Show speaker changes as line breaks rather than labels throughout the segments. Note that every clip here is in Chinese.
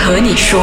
和你说。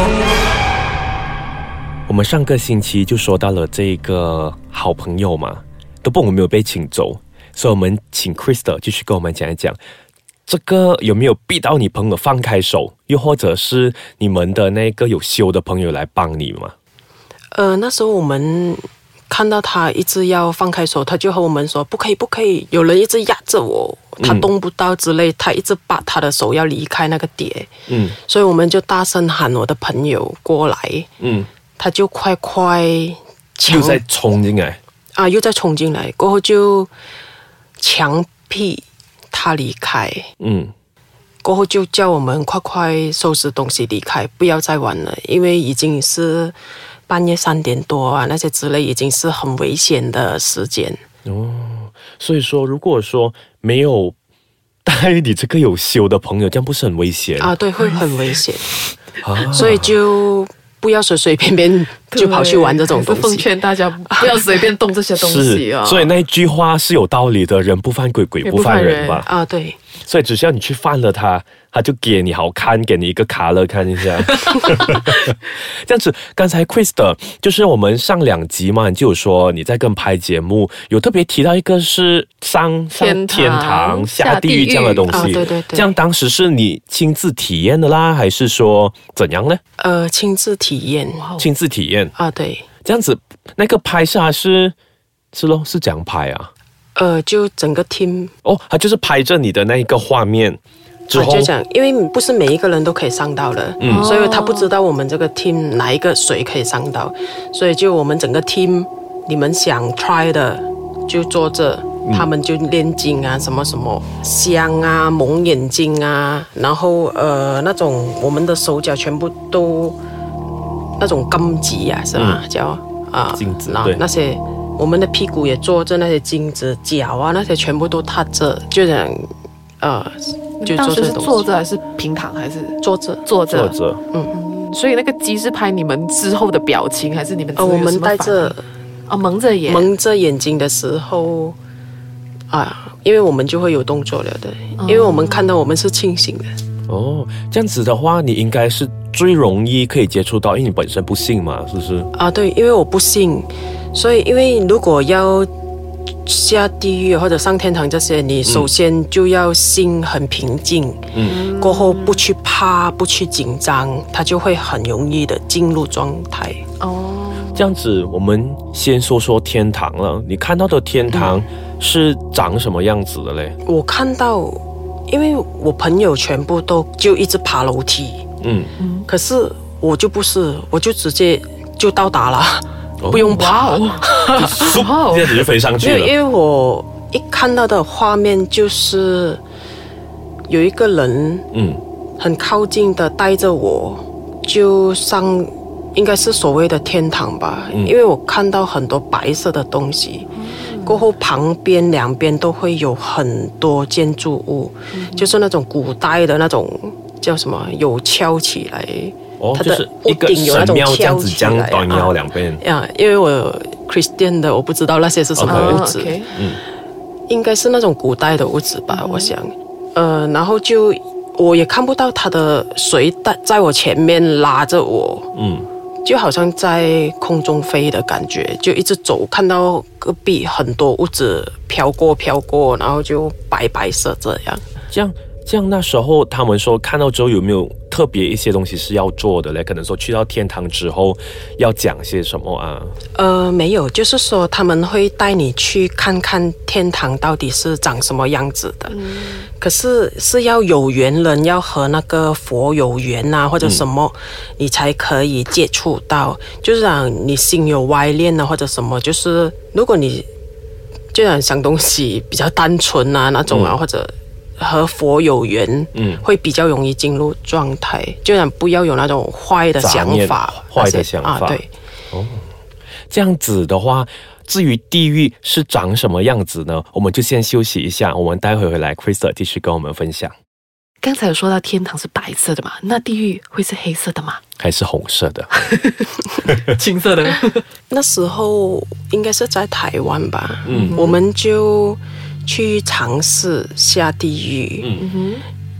我们上个星期就说到了这个好朋友嘛，都不我们没有被请走，所以我们请 Krystal 继续跟我们讲一讲，这个有没有逼到你朋友放开手，又或者是你们的那个有修的朋友来帮你吗？
那时候我们看到他一直要放开手，他就和我们说不可以不可以，有人一直压着我，他动不到之类，他一直把他的手要离开那个碟，所以我们就大声喊我的朋友过来，他就快
又再冲进来
啊，又再冲进来，过后就强逼他离开，过后就叫我们快收拾东西离开，不要再玩了，因为已经是半夜3点多啊，那些之类已经是很危险的时间。
所以说如果说没有带你这个有修的朋友，这样不是很危险
啊？对，会很危险所以就不要随随便便就跑去玩这种东西。
奉劝大家不要随便动这些东西啊。
所以那句话是有道理的，人不犯规，鬼不犯人吧？
啊，对。
所以只需要你去犯了他就给你好看，给你一个卡勒看一下。这样子，刚才 Krystal 就是我们上2集嘛，你就有说你在跟拍节目，有特别提到一个是上天堂下地狱这样的东西。
对对对。
这样当时是你亲自体验的啦，还是说怎样呢？
亲自体验。
亲自体验
啊，对。
这样子，那个拍摄是怎样拍啊？
就整个 team
他就是拍着你的那一个画面之后，
就这样，因为不是每一个人都可以上到的，所以他不知道我们这个 team 哪一个谁可以上到，所以就我们整个 team， 你们想 try 的就坐着，他们就练筋啊，什么什么香啊，蒙眼睛啊，然后那种我们的手脚全部都那种金子啊，是吧？叫
镜子，
那些。我们的屁股也坐着，那些镜子，脚啊那些全部都踏着，就这样，就
当时是坐着还是平躺还是
坐着？
坐着。所以那个机是拍你们之后的表情，还是你们
我们戴着
蒙着
眼睛的时候因为我们就会有动作了的，因为我们看到我们是清醒的。
这样子的话，你应该是最容易可以接触到，因为你本身不信嘛，是不是？
对，因为我不信，所以因为如果要下地狱或者上天堂这些，你首先就要心很平静，过后不去怕，不去紧张，它就会很容易的进入状态。
这样子，我们先说说天堂了。你看到的天堂是长什么样子的嘞？
我看到。因为我朋友全部都就一直爬楼梯，可是我就不是，我就直接就到达了，不用爬，
这样子就飞上去了。
因为我一看到的画面就是有一个人，很靠近的带着我，就上应该是所谓的天堂吧，因为我看到很多白色的东西。过后旁边两边都会有很多建筑物，就是那种古代的那种叫什么，有翘起来，它的屋顶有那种翘起来
两边
因为我 Christian 的，我不知道那些是什么屋子，应该是那种古代的屋子吧，我想。然后就我也看不到他的谁在我前面拉着我，就好像在空中飞的感觉，就一直走，看到隔壁很多屋子飘过，然后就白色这样。
这样那时候他们说看到之后有没有特别一些东西是要做的嘞？可能说去到天堂之后要讲些什么啊？
没有，就是说他们会带你去看看天堂到底是长什么样子的。可是要有缘人，要和那个佛有缘啊，或者什么，你才可以接触到。就是讲你心有歪念啊，或者什么，就是如果你就想东西比较单纯啊那种啊，或者和佛有缘，会比较容易进入状态。就想不要有那种坏的想法，对。
这样子的话。至于地狱是长什么样子呢？我们就先休息一下，我们待会回来 Krystal 继续跟我们分享。
刚才有说到天堂是白色的嘛，那地狱会是黑色的吗？
还是红色的？
青色的？
那时候应该是在台湾吧，我们就去尝试下地狱，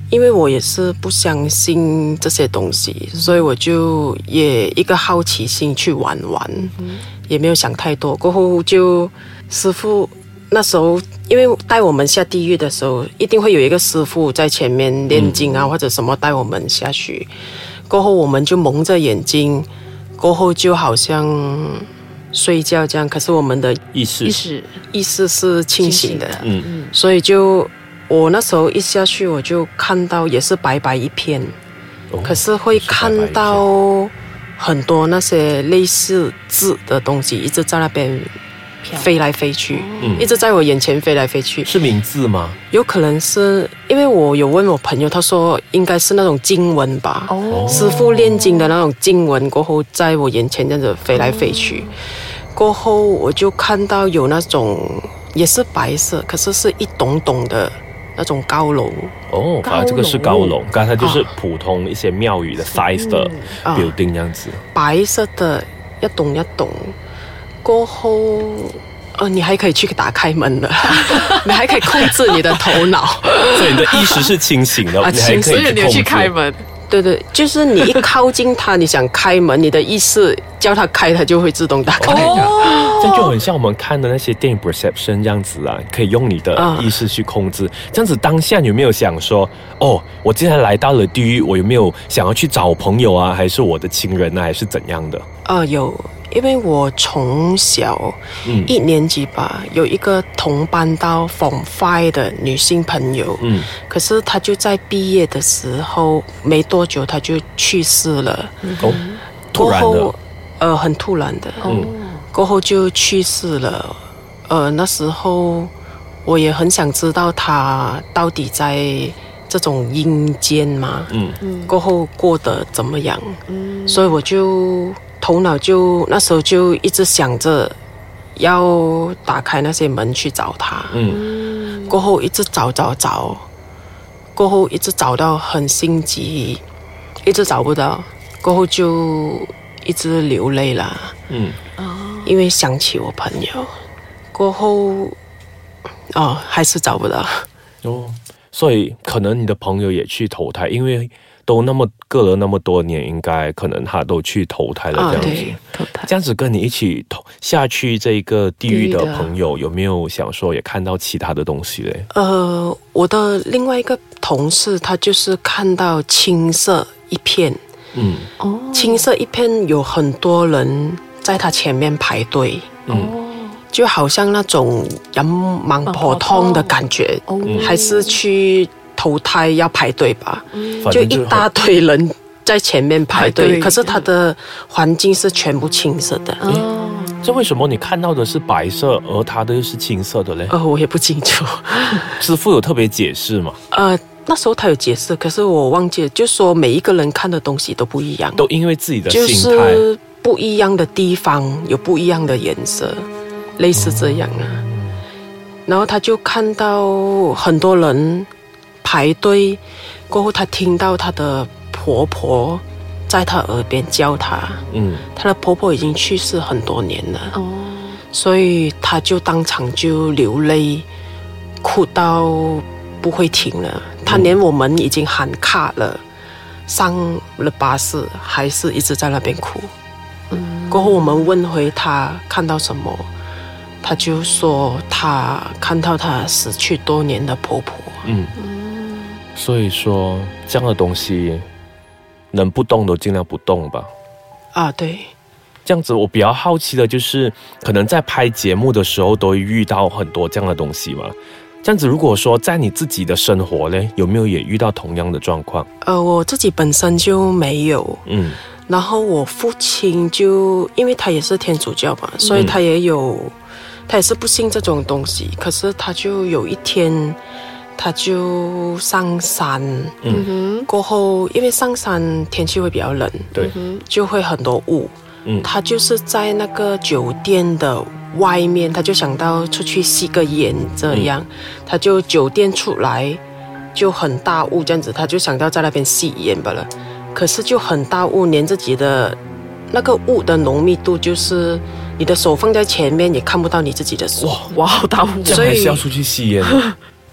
因为我也是不相信这些东西，所以我就也一个好奇心去玩玩，也没有想太多。过后就师傅那时候，因为带我们下地狱的时候，一定会有一个师傅在前面念经啊，或者什么带我们下去。过后我们就蒙着眼睛，过后就好像睡觉这样，可是我们的
意识
是清醒的，
嗯
所以就我那时候一下去，我就看到也是白白一片，可是会看到很多那些类似字的东西一直在那边飞来飞去，一直在我眼前飞来飞去。
是名字吗？
有可能是因为我有问我朋友，他说应该是那种经文吧，师父念经的那种经文，过后在我眼前这样子飞来飞去。过后我就看到有那种也是白色，可是是一栋栋的那种高楼。
哦，反正这个是高楼，刚才就是普通一些庙宇的 size 的 building 这样子。
白色的一栋一栋，过后你还可以去打开门的，你还可以控制你的头脑，
所以你的意识是清醒的，你还可以
所以你有去开门。
对对，就是你一靠近它，你想开门，你的意识叫它开，它就会自动打开。
这样就很像我们看的那些电影 perception 这样子啊，可以用你的意识去控制。这样子当下你有没有想说，我既然来到了地狱，我有没有想要去找朋友啊，还是我的亲人啊，还是怎样的？
有，因为我从小1年级吧，有一个同班到 Form 5的女性朋友，可是她就在毕业的时候没多久，她就去世了。
突然的，
很突然的，过后就去世了。那时候我也很想知道她到底在这种阴间嘛，过后过得怎么样，所以我就头脑就那时候就一直想着要打开那些门去找他，过后一直找，过后一直找到很心急，一直找不到，过后就一直流泪了，因为想起我朋友，过后还是找不到。
所以可能你的朋友也去投胎，因为都隔了那么多年，应该可能他都去投胎了这样子。
投胎
这样子跟你一起下去这个地狱的朋友，有没有想说也看到其他的东西嘞？
我的另外一个同事，他就是看到青色一片，青色一片有很多人在他前面排队，就好像那种人盲婆通的感觉，还是去投胎要排队吧，就一大堆人在前面排队，可是它的环境是全部青色的。
这为什么你看到的是白色，而它的又是青色的嘞？
我也不清楚。
师父有特别解释吗？
那时候他有解释，可是我忘记了，就说每一个人看的东西都不一样，
都因为自己的心态，
就是不一样的地方有不一样的颜色，类似这样啊。然后他就看到很多人排队，过后他听到他的婆婆在他耳边教他，他的婆婆已经去世很多年了，所以他就当场就流泪，哭到不会停了。他连我们已经喊卡了，上了巴士还是一直在那边哭。过后我们问回他看到什么，他就说他看到他死去多年的婆婆。
所以说这样的东西能不动都尽量不动吧。
对。
这样子我比较好奇的就是可能在拍节目的时候都会遇到很多这样的东西嘛，这样子如果说在你自己的生活呢，有没有也遇到同样的状况？
我自己本身就没有，然后我父亲就因为他也是天主教嘛，所以他也是不信这种东西，可是他就有一天他就上山，过后因为上山天气会比较冷，
对，
就会很多雾，他就是在那个酒店的外面，他就想到出去吸个烟这样，他就酒店出来就很大雾这样子，他就想到在那边吸烟罢了，可是就很大雾，连自己的那个雾的浓密度就是你的手放在前面也看不到你自己的手。
哇，好大雾！
这样还是要出去吸烟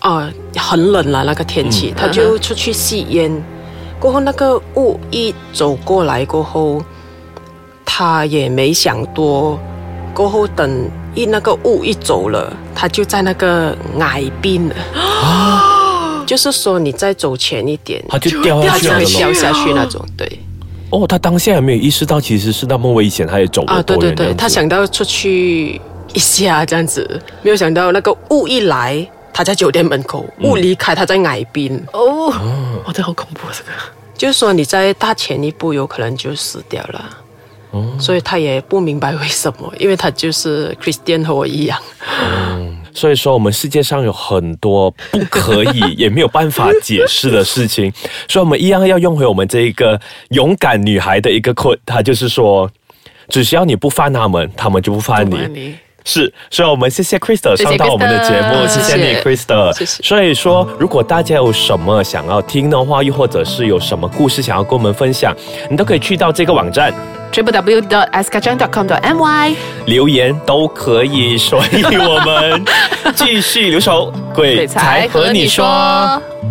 很冷了那个天气，他就出去吸烟，过后那个雾一走过来过后，他也没想多，过后等那个雾一走了，他就在那个崖边了。就是说你再走前一点，
他就掉下去了，
他就会掉下去那种，对。
哦，他当下也没有意识到其实是那么危险，他也走了多远。
对，他想到出去一下这样子，没有想到那个雾一来，他在酒店门口；雾离开，他在崖边。
哇，这好恐怖，这个。
就是说你在大前一步，有可能就死掉了。所以他也不明白为什么，因为他就是 Christian 和我一样。
所以说我们世界上有很多不可以也没有办法解释的事情，所以我们一样要用回我们这一个勇敢女孩的一个 quote， 她就是说，只需要你不犯他们，他们就不犯你。是，所以我们谢谢 Krista 上到我们的节目，谢谢你 Krista。
谢谢。
所以说，如果大家有什么想要听的话，又或者是有什么故事想要跟我们分享，你都可以去到这个网站。
www.skachang.com.my
留言都可以，所以我们继续留守，鬼才和你说。